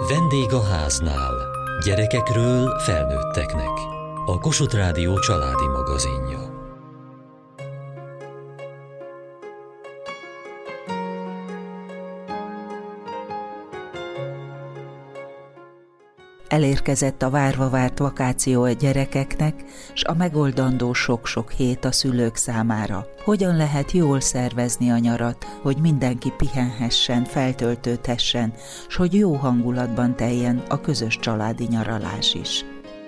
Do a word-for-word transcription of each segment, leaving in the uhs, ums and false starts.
Vendég a háznál. Gyerekekről felnőtteknek. A Kossuth Rádió családi magazinja. Elérkezett a várva várt vakáció a gyerekeknek, s a megoldandó sok-sok hét a szülők számára. Hogyan lehet jól szervezni a nyarat, hogy mindenki pihenhessen, feltöltődhessen, s hogy jó hangulatban teljen a közös családi nyaralás is.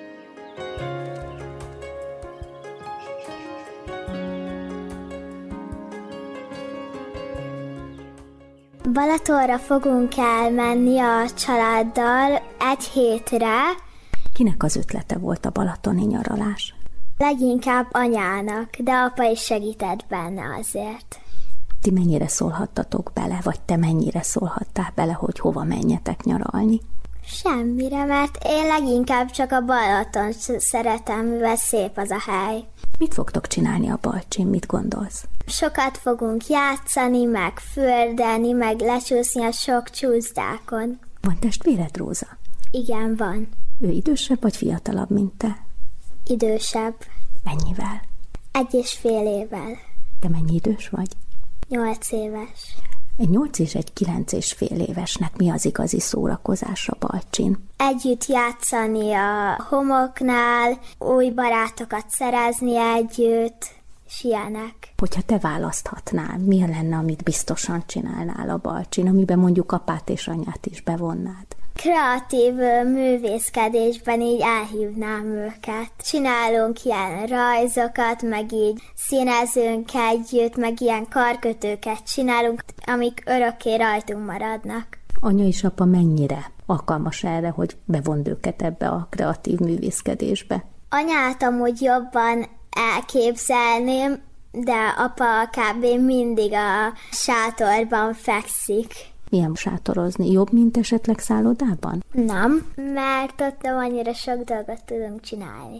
Balatonra fogunk elmenni a családdal egy hétre. Kinek az ötlete volt a balatoni nyaralás? Leginkább anyának, de apa is segített benne azért. Ti mennyire szólhattatok bele, vagy te mennyire szólhattál bele, hogy hova menjetek nyaralni? Semmire, mert én leginkább csak a Balaton szeretem, mivel szép az a hely. Mit fogtok csinálni a Balcsin, mit gondolsz? Sokat fogunk játszani, meg fürdeni, meg lecsúszni a sok csúszdákon. Van testvéred, Róza? Igen, van. Ő idősebb vagy fiatalabb, mint te? Idősebb. Mennyivel? Egy és fél évvel. Te mennyi idős vagy? Nyolc éves. Egy nyolc és egy kilenc és fél évesnek mi az igazi szórakozás a Balcsin? Együtt játszani a homoknál, új barátokat szerezni együtt, és ilyenek. Hogyha te választhatnál, mi lenne, amit biztosan csinálnál a Balcsin, amiben mondjuk apát és anyát is bevonnád? Kreatív művészkedésben így elhívnám őket. Csinálunk ilyen rajzokat, meg így színezünk együtt, meg ilyen karkötőket csinálunk, amik örökké rajtunk maradnak. Anya és apa mennyire alkalmas erre, hogy bevond őket ebbe a kreatív művészkedésbe? Anyát amúgy jobban elképzelném, de apa kb. Mindig a sátorban fekszik. Milyen sátorozni? Jobb, mint esetleg szállodában? Nem, mert ott nem annyira sok dolgot tudunk csinálni.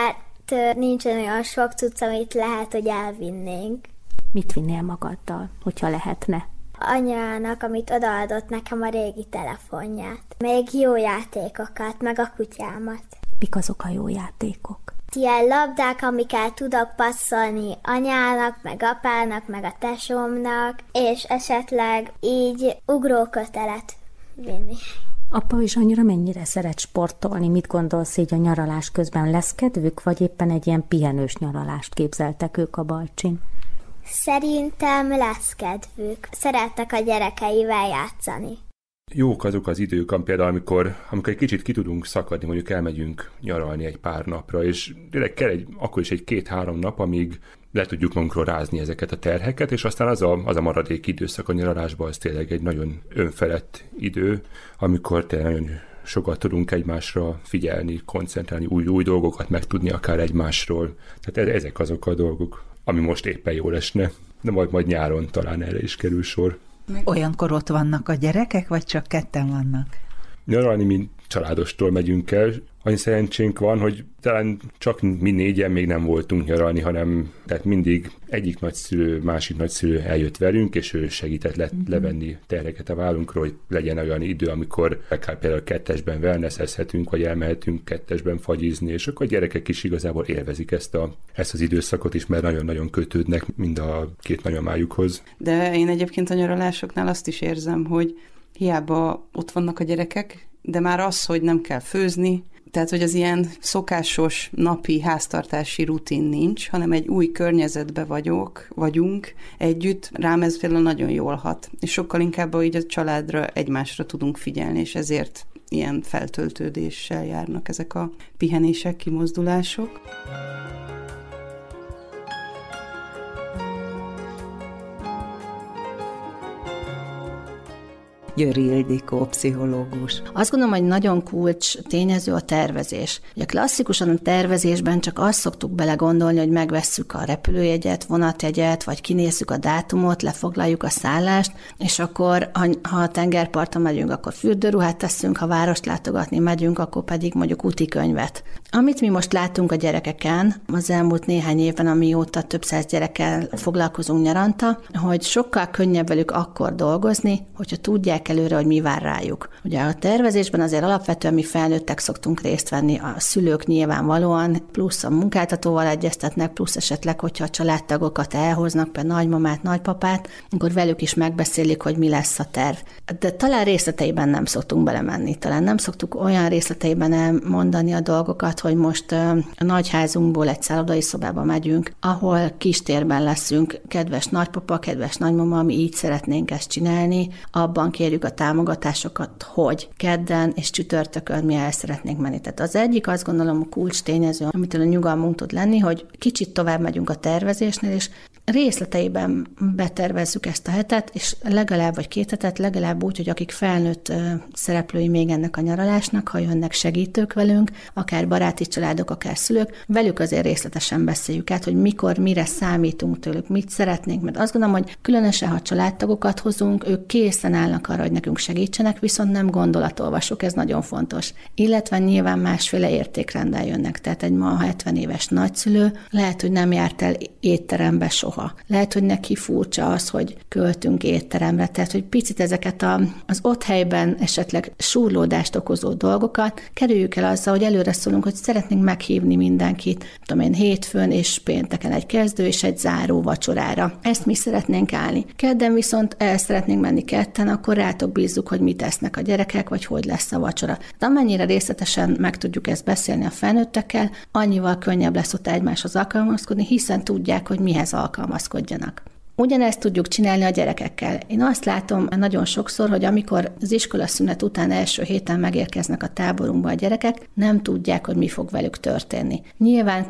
Mert nincs olyan sok cucc, amit lehet, hogy elvinnénk. Mit vinnél magaddal, hogyha lehetne? Anyának, amit odaadott nekem, a régi telefonját. Még jó játékokat, meg a kutyámat. Mik azok a jó játékok? Ilyen labdák, amiket tudok passzolni anyának, meg apának, meg a tesómnak, és esetleg így ugrókötelet vinni. Apa is annyira mennyire szeret sportolni? Mit gondolsz, így a nyaralás közben lesz kedvük, vagy éppen egy ilyen pihenős nyaralást képzeltek ők a Balcsin? Szerintem lesz kedvük. Szeretnek a gyerekeivel játszani. Jók azok az idők, például amikor, amikor egy kicsit ki tudunk szakadni, mondjuk elmegyünk nyaralni egy pár napra, és tényleg kell egy, akkor is egy két-három nap, amíg le tudjuk magunkról rázni ezeket a terheket, és aztán az a, az a maradék időszak a nyaralásban, az tényleg egy nagyon önfelett idő, amikor tényleg nagyon sokat tudunk egymásra figyelni, koncentrálni, új, új dolgokat megtudni akár egymásról. Tehát ezek azok a dolgok, ami most éppen jól esne, de majd, majd nyáron talán erre is kerül sor. Olyankor ott vannak a gyerekek, vagy csak ketten vannak? Nyaralni, mint családostól megyünk el. Annyi szerencsénk van, hogy talán csak mi négyen még nem voltunk nyaralni, hanem tehát mindig egyik nagyszülő, másik nagyszülő eljött velünk, és ő segített le- uh-huh. levenni terheket a vállunkról, hogy legyen olyan idő, amikor akár például kettesben wellnessezhetünk, vagy elmehetünk kettesben fagyizni, és akkor a gyerekek is igazából élvezik ezt, a, ezt az időszakot is, mert nagyon-nagyon kötődnek mind a két nagyomájukhoz. De én egyébként a nyaralásoknál azt is érzem, hogy hiába ott vannak a gyerekek, de már az, hogy nem kell főzni, tehát, hogy az ilyen szokásos napi háztartási rutin nincs, hanem egy új környezetbe vagyok, vagyunk együtt, rám ez például nagyon jól hat. És sokkal inkább így a családra, egymásra tudunk figyelni, és ezért ilyen feltöltődéssel járnak ezek a pihenések, kimozdulások. Győri Ildikó, pszichológus. Azt gondolom, hogy nagyon kulcs tényező a tervezés. Ugye klasszikusan a tervezésben csak azt szoktuk belegondolni, hogy megvesszük a repülőjegyet, vonatjegyet, vagy kinézzük a dátumot, lefoglaljuk a szállást, és akkor, ha, ha a tengerparton megyünk, akkor fürdőruhát teszünk, ha várost látogatni megyünk, akkor pedig mondjuk útikönyvet. Amit mi most látunk a gyerekeken, az elmúlt néhány évben, amióta több száz gyerekkel foglalkozunk nyaranta, hogy sokkal könnyebb velük akkor dolgozni, hogyha tudják tudják előre, hogy mi vár rájuk. Ugye a tervezésben azért alapvetően mi felnőttek szoktunk részt venni, a szülők nyilvánvalóan, plusz a munkáltatóval egyeztetnek, plusz esetleg, hogyha a családtagokat elhoznak, például nagymamát, nagypapát, akkor velük is megbeszélik, hogy mi lesz a terv. De talán részleteiben nem szoktunk belemenni, talán nem szoktuk olyan részleteiben elmondani a dolgokat, hogy most a nagyházunkból egy szállodai szobába megyünk, ahol kistérben leszünk, kedves nagypapa, kedves nagymama, mi így szeretnénk ezt csinálni, abban kérjük a támogatásokat, hogy kedden és csütörtökön mi el szeretnénk menni. Tehát az egyik, azt gondolom, a kulcs tényező, amitől a nyugalmunk tud lenni, hogy kicsit tovább megyünk a tervezésnél, és részleteiben betervezzük ezt a hetet, és legalább vagy két hetet, legalább úgy, hogy akik felnőtt szereplői még ennek a nyaralásnak, ha jönnek segítők velünk, akár baráti családok, akár szülők, velük azért részletesen beszéljük át, hogy mikor, mire számítunk tőlük, mit szeretnénk, mert azt gondolom, hogy különösen, ha családtagokat hozunk, ők készen állnak arra, hogy nekünk segítsenek, viszont nem gondolatolvasók, ez nagyon fontos. Illetve nyilván másféle értékrendel jönnek, tehát egy ma hetven éves nagyszülő lehet, hogy nem járt el étterembe soha. Lehet, hogy neki furcsa az, hogy költünk étteremre, tehát hogy picit ezeket a, az ott helyben esetleg súrlódást okozó dolgokat kerüljük el azzal, hogy előre szólunk, hogy szeretnénk meghívni mindenkit, tudom én, hétfőn és pénteken egy kezdő és egy záró vacsorára. Ezt mi szeretnénk állni. Kedden viszont el szeretnénk menni ketten, akkor rátok bízzuk, hogy mit esznek a gyerekek, vagy hogy lesz a vacsora. De amennyire részletesen meg tudjuk ezt beszélni a felnőttekkel, annyival könnyebb lesz ott egymáshoz alkalmazkodni, hiszen tudják, hogy mihez alkalmazkodjanak. Ugyanezt tudjuk csinálni a gyerekekkel. Én azt látom nagyon sokszor, hogy amikor az iskolaszünet után első héten megérkeznek a táborunkba a gyerekek, nem tudják, hogy mi fog velük történni. Nyilván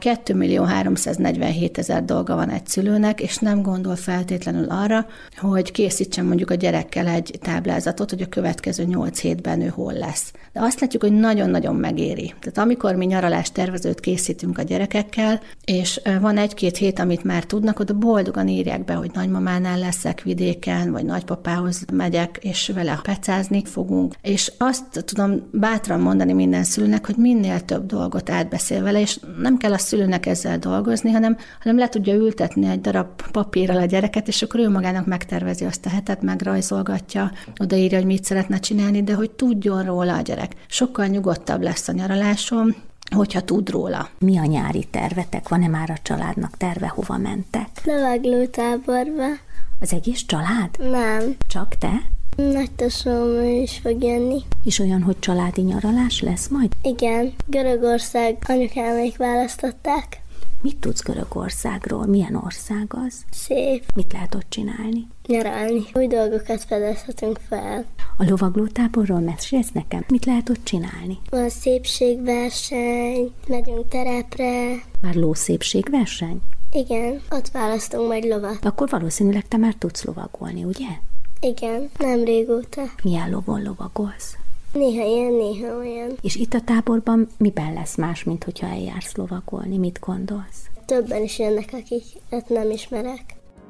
kétmillió-háromszáznegyvenhétezer dolga van egy szülőnek, és nem gondol feltétlenül arra, hogy készítsen mondjuk a gyerekkel egy táblázatot, hogy a következő nyolc hétben ő hol lesz. De azt látjuk, hogy nagyon-nagyon megéri. Tehát amikor mi nyaralás tervezőt készítünk a gyerekekkel, és van egy-két hét, amit már tudnak, oda boldogan írják be, hogy nagymamánál leszek vidéken, vagy nagypapához megyek, és vele pecázni fogunk. És azt tudom bátran mondani minden szülőnek, hogy minél több dolgot átbeszél vele, és nem kell a szülőnek ezzel dolgozni, hanem, hanem le tudja ültetni egy darab papírral a gyereket, és akkor ő magának megtervezi azt a hetet, megrajzolgatja, odaírja, hogy mit szeretne csinálni, de hogy tudjon róla a gyerek. Sokkal nyugodtabb lesz a nyaralásom, hogyha tud róla. Mi a nyári tervetek? Van-e már a családnak terve, hova mentek? Lovaglótáborba. Az egész család? Nem. Csak te? Nagy tesóm is fog jönni. És olyan, hogy családi nyaralás lesz majd? Igen. Görögország, anyukámék választották. Mit tudsz Görögországról? Milyen ország az? Szép. Mit lehet ott csinálni? Nyaralni. Új dolgokat fedezhetünk fel. A lovaglótáborról mesélsz nekem? Mit lehet ott csinálni? Van szépségverseny, megyünk terepre. Már lószépségverseny? Igen, ott választunk majd lovat. Akkor valószínűleg te már tudsz lovagolni, ugye? Igen, nem régóta. Milyen lovon lovagolsz? Néha ilyen, néha olyan. És itt a táborban miben lesz más, mint hogyha eljársz lovagolni? Mit gondolsz? Többen is jönnek, akiket nem ismerek.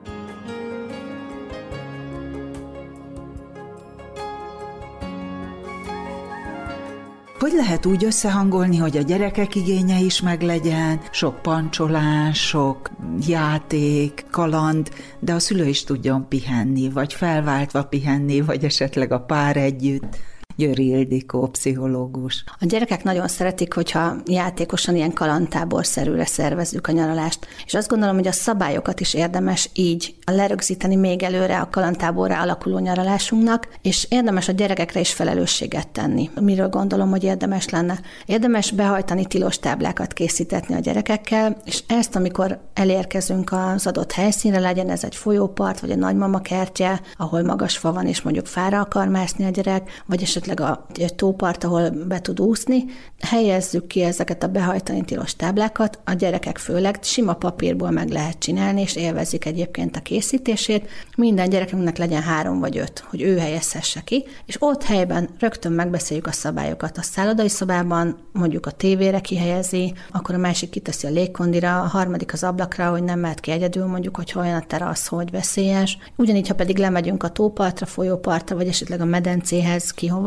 Hogy lehet úgy összehangolni, hogy a gyerekek igénye is meglegyen, sok pancsolás, sok játék, kaland, de a szülő is tudjon pihenni, vagy felváltva pihenni, vagy esetleg a pár együtt? Győri Ildikó, pszichológus. A gyerekek nagyon szeretik, hogyha játékosan ilyen kalandtáborszerűre szervezzük a nyaralást, és azt gondolom, hogy a szabályokat is érdemes így lerögzíteni még előre a kalandtáborra alakuló nyaralásunknak, és érdemes a gyerekekre is felelősséget tenni. Miről gondolom, hogy érdemes lenne? Érdemes behajtani tilos táblákat készítetni a gyerekekkel, és ezt, amikor elérkezünk az adott helyszínre, legyen ez egy folyópart, vagy egy nagymama kertje, ahol magas fa van, és mondjuk fára akar mászni a gyerek, vagy esetleg a tópart, ahol be tud úszni, helyezzük ki ezeket a behajtani tilos táblákat, a gyerekek főleg sima papírból meg lehet csinálni, és élvezik egyébként a készítését. Minden gyerekünknek legyen három vagy öt, hogy ő helyezhesse ki, és ott helyben rögtön megbeszéljük a szabályokat. A szállodai szobában mondjuk a tévére kihelyezi, akkor a másik kiteszi a légkondira, a harmadik az ablakra, hogy nem mehet ki egyedül, mondjuk, hogy olyan a terasz, hogy veszélyes. Ugyanígy, ha pedig lemegyünk a tópartra, folyópartra, vagy esetleg a medencéhez, ki hova,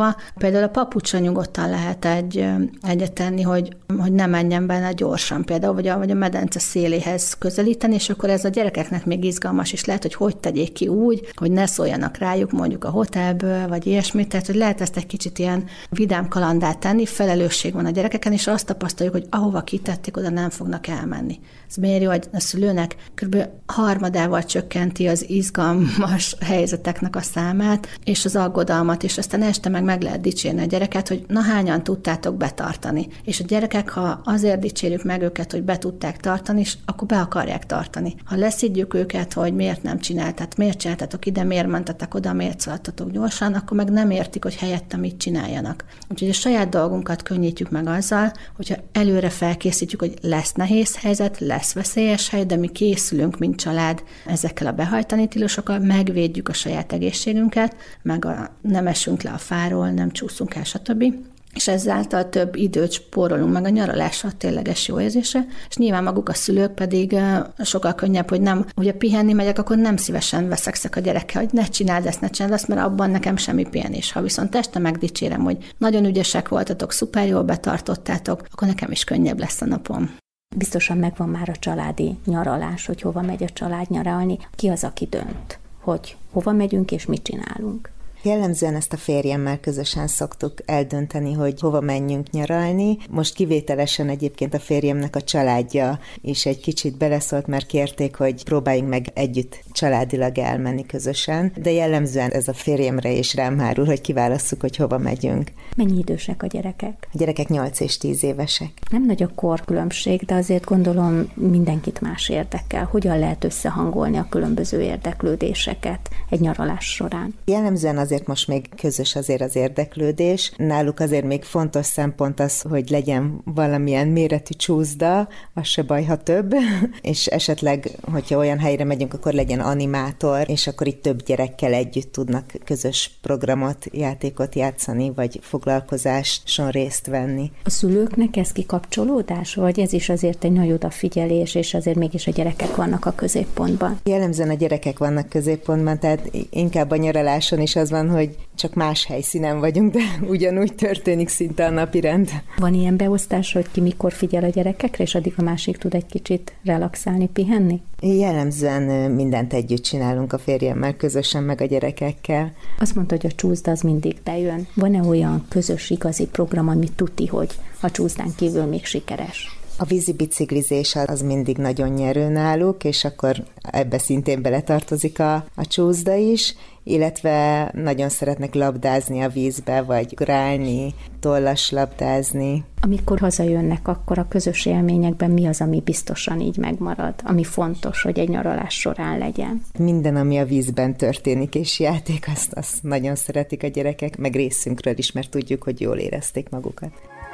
valahova. Például a papucsra nyugodtan lehet egy, egyet tenni, hogy, hogy ne menjen benne gyorsan például, vagy a, vagy a medence széléhez közelíteni, és akkor ez a gyerekeknek még izgalmas is lehet, hogy hogy tegyék ki úgy, hogy ne szóljanak rájuk mondjuk a hotelből, vagy ilyesmit, tehát hogy lehet ezt egy kicsit ilyen vidám kalandá tenni, felelősség van a gyerekeken, és azt tapasztaljuk, hogy ahova kitették, oda nem fognak elmenni. Ez miért jó, hogy a szülőnek kb. Harmadával csökkenti az izgalmas helyzeteknek a számát, és az aggodalmat, és aztán este meg meg lehet dicsérni a gyereket, hogy na hányan tudtátok betartani. És a gyerekek, ha azért dicsérjük meg őket, hogy be tudták tartani, és akkor be akarják tartani. Ha leszidjuk őket, hogy miért nem csináltat, miért csináltatok ide, miért mentetek oda, miért szaladtatok gyorsan, akkor meg nem értik, hogy helyette mit csináljanak. Úgyhogy a saját dolgunkat könnyítjük meg azzal, hogyha előre felkészítjük, hogy lesz nehéz helyzet, lesz veszélyes hely, de mi készülünk, mint család ezekkel a behajtani tilosokkal, megvédjük a saját egészségünket, meg a, nem esünk le a fáról, nem csúszunk el, stb. És ezáltal több időt spórolunk meg a nyaralásra, tényleges jó érzése, és nyilván maguk a szülők pedig sokkal könnyebb, hogy nem, ugye pihenni megyek, akkor nem szívesen veszekszek a gyerekkel, hogy ne csináld ezt, ne csináld ezt, mert abban nekem semmi pihenés. Ha viszont este megdicsérem, hogy nagyon ügyesek voltatok, szuper jól betartottátok, akkor nekem is könnyebb lesz a napom. Biztosan megvan már a családi nyaralás, hogy hova megy a család nyaralni. Ki az, aki dönt, hogy hova megyünk és mit csinálunk? Jellemzően ezt a férjemmel közösen szoktuk eldönteni, hogy hova menjünk nyaralni. Most kivételesen egyébként a férjemnek a családja is egy kicsit beleszólt, mert kérték, hogy próbáljunk meg együtt családilag elmenni közösen, de jellemzően ez a férjemre is rám hárul, hogy kiválasszuk, hogy hova megyünk. Mennyi idősek a gyerekek? A gyerekek nyolc és tíz évesek. Nem nagy a korkülönbség, de azért gondolom mindenkit más érdekel. Hogyan lehet összehangolni a különböző érdeklődéseket egy nyaralás során? Jellemzően azért most még közös azért az érdeklődés. Náluk azért még fontos szempont az, hogy legyen valamilyen méretű csúszda, az se baj, ha több, és esetleg, hogyha olyan helyre megyünk, akkor legyen animátor, és akkor itt több gyerekkel együtt tudnak közös programot, játékot játszani, vagy foglalkozáson részt venni. A szülőknek ez kikapcsolódás, vagy ez is azért egy nagy odafigyelés, és azért mégis a gyerekek vannak a középpontban? Jellemzően a gyerekek vannak középpontban, tehát inkább a nyaraláson is az van, hogy csak más helyszínen vagyunk, de ugyanúgy történik szinte a napirend. Van ilyen beosztás, hogy ki mikor figyel a gyerekekre, és addig a másik tud egy kicsit relaxálni, pihenni? Jellemzően mindent együtt csinálunk a férjemmel, közösen meg a gyerekekkel. Azt mondta, hogy a csúszda az mindig bejön. Van-e olyan közös igazi program, amit tuti, hogy a csúszdán kívül még sikeres? A vízi biciklizés az mindig nagyon nyerő náluk, és akkor ebbe szintén beletartozik a, a csúszda is, illetve nagyon szeretnek labdázni a vízbe, vagy grálni, tollas labdázni. Amikor hazajönnek, akkor a közös élményekben mi az, ami biztosan így megmarad, ami fontos, hogy egy nyaralás során legyen? Minden, ami a vízben történik, és játék, azt, azt nagyon szeretik a gyerekek, meg részünkről is, mert tudjuk, hogy jól érezték magukat.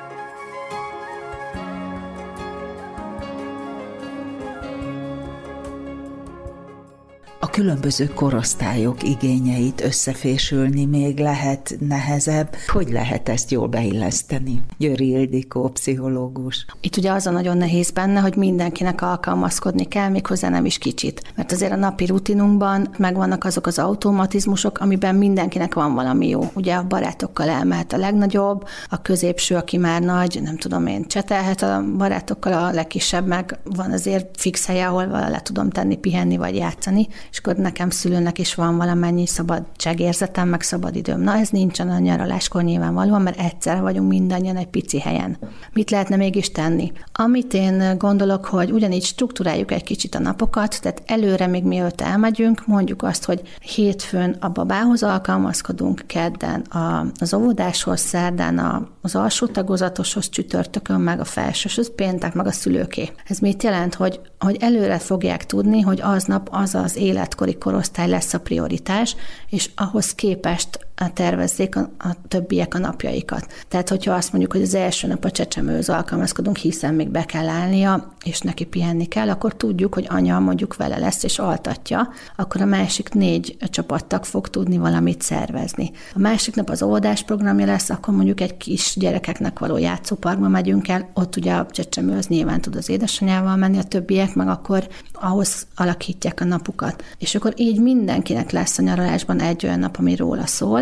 A különböző korosztályok igényeit összefésülni még lehet nehezebb. Hogy lehet ezt jól beilleszteni? Győri Ildikó, pszichológus. Itt ugye az a nagyon nehéz benne, hogy mindenkinek alkalmazkodni kell, méghozzá nem is kicsit. Mert azért a napi rutinunkban megvannak azok az automatizmusok, amiben mindenkinek van valami jó. Ugye a barátokkal elmehet a legnagyobb, a középső, aki már nagy, nem tudom én, csetelhet a barátokkal, a legkisebb meg van azért fix helye, ahol le tudom tenni, pihenni vagy játszani, és akkor nekem szülőnek is van valamennyi szabadságérzetem, meg szabadidőm. Na, ez nincsen a nyaraláskor nyilvánvalóan, mert egyszerre vagyunk mindannyian egy pici helyen. Mit lehetne mégis tenni? Amit én gondolok, hogy ugyanígy struktúráljuk egy kicsit a napokat, tehát előre még mielőtt elmegyünk, mondjuk azt, hogy hétfőn a babához alkalmazkodunk, kedden az óvodáshoz, szerdán az alsó tagozatoshoz, csütörtökön, meg a felsőshoz, péntek, meg a szülőké. Ez mit jelent, hogy, hogy előre fogják tudni, hogy aznap az az életkori korosztály lesz a prioritás, és ahhoz képest tervezzék a, a többiek a napjaikat. Tehát, hogyha azt mondjuk, hogy az első nap a csecsemőhöz alkalmazkodunk, hiszen még be kell állnia, és neki pihenni kell, akkor tudjuk, hogy anya mondjuk vele lesz, és altatja, akkor a másik négy csapattag fog tudni valamit szervezni. A másik nap az óvodás programja lesz, akkor mondjuk egy kis gyerekeknek való játszóparkba megyünk el, ott ugye a csecsemőhöz nyilván tud az édesanyával menni, a többiek meg akkor ahhoz alakítják a napukat. És akkor így mindenkinek lesz a nyaralásban egy olyan nap, ami róla szól,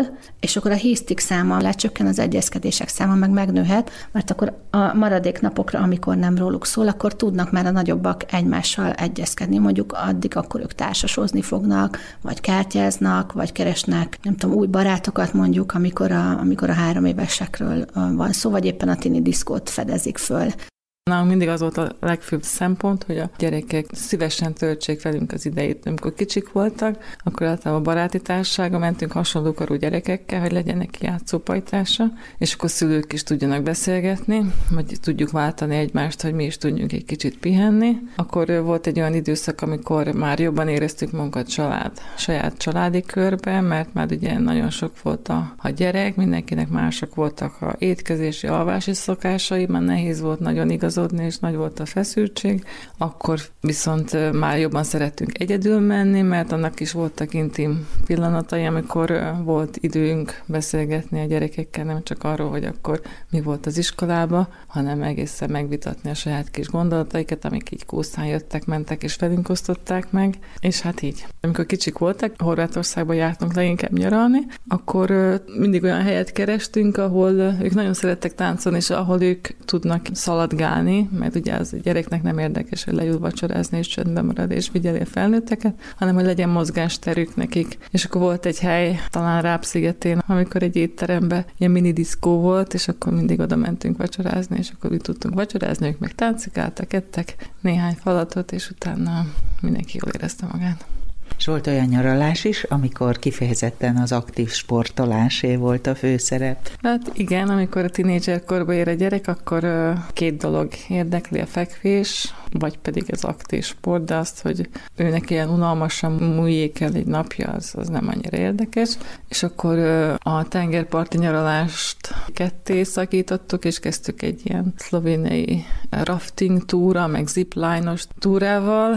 jól, és akkor a hisztik száma lecsökken, az egyezkedések száma meg megnőhet, mert akkor a maradék napokra, amikor nem róluk szól, akkor tudnak már a nagyobbak egymással egyezkedni. Mondjuk addig akkor ők társasozni fognak, vagy kártyáznak, vagy keresnek, nem tudom, új barátokat mondjuk, amikor a, amikor a három évesekről van szó, vagy éppen a tini diszkót fedezik föl. Nálunk mindig az volt a legfőbb szempont, hogy a gyerekek szívesen töltsék velünk az idejét. Amikor kicsik voltak, akkor általában baráti társasága mentünk hasonló korú gyerekekkel, hogy legyen neki játszópajtása, és akkor szülők is tudjanak beszélgetni, vagy tudjuk váltani egymást, hogy mi is tudjunk egy kicsit pihenni. Akkor volt egy olyan időszak, amikor már jobban éreztük magunkat család, saját családi körben, mert már ugye nagyon sok volt a, a gyerek, mindenkinek mások voltak a étkezési, alvási szokásai, már nehéz volt nagyon igaz és nagy volt a feszültség, akkor viszont már jobban szerettünk egyedül menni, mert annak is voltak intim pillanatai, amikor volt időnk beszélgetni a gyerekekkel, nem csak arról, hogy akkor mi volt az iskolába, hanem egészen megvitatni a saját kis gondolataikat, amik így kószán jöttek, mentek és velünk osztották meg, és hát így. Amikor kicsik voltak, Horvátországba jártunk leginkább nyaralni, akkor mindig olyan helyet kerestünk, ahol ők nagyon szerettek táncolni, és ahol ők tudnak szaladgálni, mert ugye az gyereknek nem érdekes, hogy leül vacsorázni, és csöndben marad, és figyeli a felnőtteket, hanem hogy legyen mozgásterük nekik. És akkor volt egy hely, talán Ráb-szigetén, amikor egy étteremben ilyen mini diszkó volt, és akkor mindig oda mentünk vacsorázni, és akkor úgy tudtunk vacsorázni, ők meg táncikáltak, ettek néhány falatot, és utána mindenki jól érezte magát. És volt olyan nyaralás is, amikor kifejezetten az aktív sportolásé volt a főszerep? Hát igen, amikor a tinédzserkorba ér a gyerek, akkor két dolog érdekli, a fekvés, vagy pedig az aktív sport, de azt, hogy őnek ilyen unalmasan múljék el egy napja, az, az nem annyira érdekes. És akkor a tengerparti nyaralást ketté szakítottuk, és kezdtük egy ilyen szlovéniai rafting túra, meg zipline-os túrával.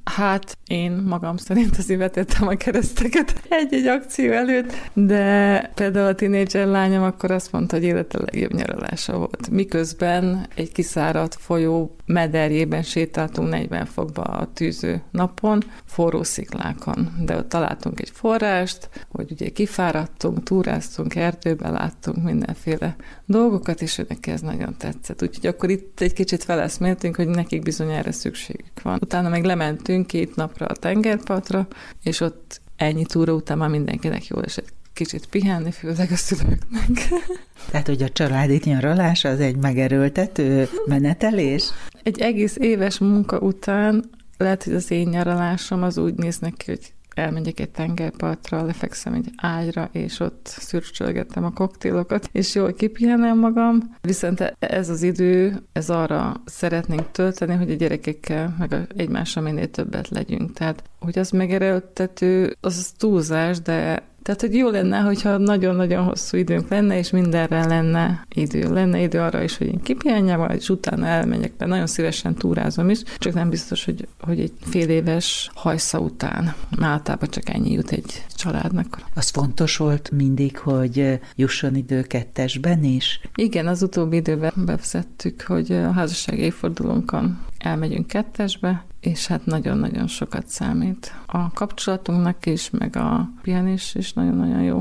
Hát én magam szerint azért vetettem a kereszteket egy-egy akció előtt, de például a tínédzser lányom akkor azt mondta, hogy élete legjobb nyaralása volt. Miközben egy kiszáradt folyó mederjében sétáltunk negyven fokba a tűző napon, forró sziklákon. De ott találtunk egy forrást, hogy ugye kifáradtunk, túráztunk, erdőben láttunk mindenféle dolgokat, és neki ez nagyon tetszett. Úgyhogy akkor itt egy kicsit feleszméltünk, hogy nekik bizonyára szükségük van. Utána meg lementünk két napra a tengerpartra, és ott ennyi túra után már mindenkinek jól esett kicsit pihenni, főleg a szülőknek. Tehát, hogy a családi nyaralás az egy megerőltető menetelés? Egy egész éves munka után lehet, hogy az én nyaralásom az úgy néz neki, hogy elmegyek egy tengerpartra, lefekszem egy ágyra, és ott szürcsölgetem a koktélokat, és jól kipihenem magam. Viszont ez az idő, ez arra szeretnénk tölteni, hogy a gyerekekkel, meg egymással minél többet legyünk. Tehát, hogy az megerőltető, az túlzás, de tehát, hogy jó lenne, hogyha nagyon-nagyon hosszú időnk lenne, és mindenre lenne idő. Lenne idő arra is, hogy én kipihenjem, és utána elmegyek, mert nagyon szívesen túrázom is, csak nem biztos, hogy, hogy egy fél éves hajsza után. Általában csak ennyi jut egy családnak. Az fontos volt mindig, hogy jusson idő kettesben is? Igen, az utóbbi időben bevezettük, hogy a házasság évfordulónkon elmegyünk kettesbe, és hát nagyon-nagyon sokat számít. A kapcsolatunknak is, meg a pihenés is nagyon-nagyon jó.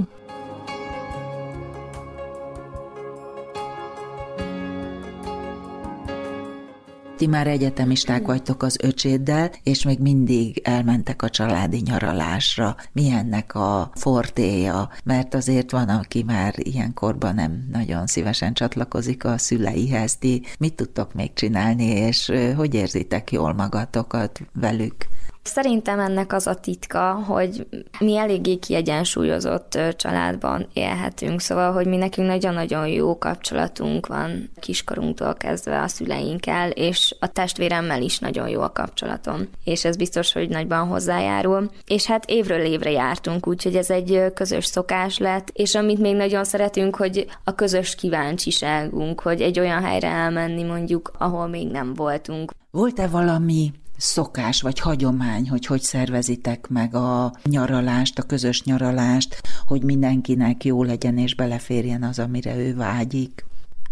Ti már egyetemisták vagytok az öcséddel, és még mindig elmentek a családi nyaralásra. Mi ennek a fortéja? Mert azért van, aki már ilyenkorban nem nagyon szívesen csatlakozik a szüleihez. Ti mit tudtok még csinálni, és hogy érzitek jól magatokat velük? Szerintem ennek az a titka, hogy mi eléggé kiegyensúlyozott családban élhetünk, szóval, hogy mi nekünk nagyon-nagyon jó kapcsolatunk van kiskorunktól kezdve a szüleinkkel, és a testvéremmel is nagyon jó a kapcsolatom, és ez biztos, hogy nagyban hozzájárul. És hát évről évre jártunk, úgyhogy ez egy közös szokás lett, és amit még nagyon szeretünk, hogy a közös kíváncsiságunk, hogy egy olyan helyre elmenni mondjuk, ahol még nem voltunk. Volt-e valami szokás vagy hagyomány, hogy hogy szervezitek meg a nyaralást, a közös nyaralást, hogy mindenkinek jó legyen és beleférjen az, amire ő vágyik?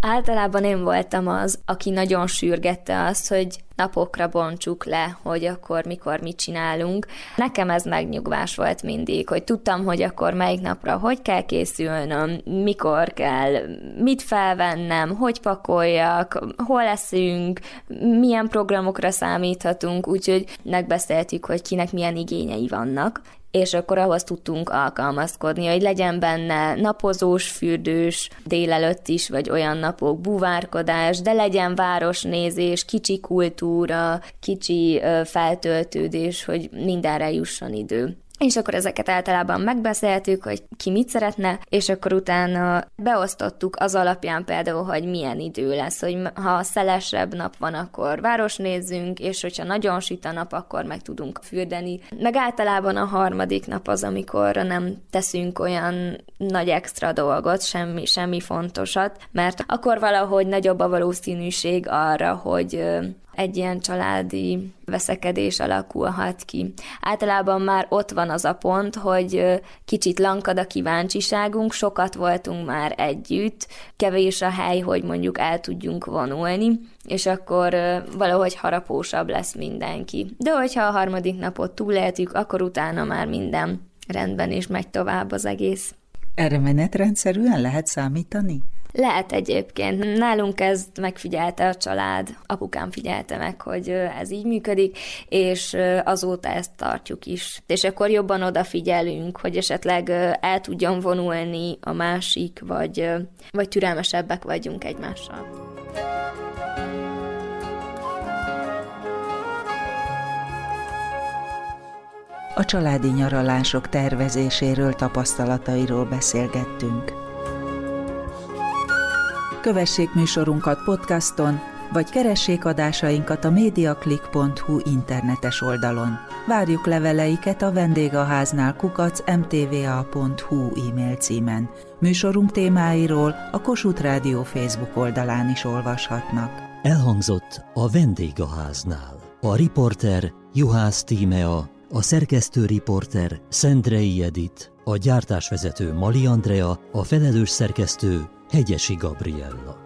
Általában én voltam az, aki nagyon sürgette azt, hogy napokra bontsuk le, hogy akkor mikor mit csinálunk. Nekem ez megnyugvás volt mindig, hogy tudtam, hogy akkor melyik napra hogy kell készülnöm, mikor kell, mit felvennem, hogy pakoljak, hol leszünk, milyen programokra számíthatunk, úgyhogy megbeszéltük, hogy kinek milyen igényei vannak, és akkor ahhoz tudtunk alkalmazkodni, hogy legyen benne napozós, fürdős, délelőtt is, vagy olyan napok búvárkodás, de legyen városnézés, kicsi kultúra, kicsi feltöltődés, hogy mindenre jusson idő. És akkor ezeket általában megbeszéltük, hogy ki mit szeretne, és akkor utána beosztottuk az alapján például, hogy milyen idő lesz, hogy ha szelesebb nap van, akkor városnézzünk, és hogyha nagyon süt a nap, akkor meg tudunk fürdeni. Meg általában a harmadik nap az, amikor nem teszünk olyan nagy extra dolgot, semmi, semmi fontosat, mert akkor valahogy nagyobb a valószínűség arra, hogy egy ilyen családi veszekedés alakulhat ki. Általában már ott van az a pont, hogy kicsit lankad a kíváncsiságunk, sokat voltunk már együtt, kevés a hely, hogy mondjuk el tudjunk vonulni, és akkor valahogy harapósabb lesz mindenki. De hogyha a harmadik napot túléltük, akkor utána már minden rendben, és megy tovább az egész. Erre menetrendszerűen lehet számítani? Lehet egyébként. Nálunk ezt megfigyelte a család, apukám figyelte meg, hogy ez így működik, és azóta ezt tartjuk is. És akkor jobban odafigyelünk, hogy esetleg el tudjon vonulni a másik, vagy, vagy türelmesebbek vagyunk egymással. A családi nyaralások tervezéséről, tapasztalatairól beszélgettünk. Kövessék műsorunkat podcaston, vagy keressék adásainkat a mediaclick pont hu internetes oldalon. Várjuk leveleiket a vendégháznál kukac em té vé á pont hu e-mail címen. Műsorunk témáiról a Kossuth Rádió Facebook oldalán is olvashatnak. Elhangzott a vendégháznál. A riporter Juhász Tímea, a szerkesztő riporter Szendrei Edit, a gyártásvezető Mali Andrea, a felelős szerkesztő Hegyesi Gabriella.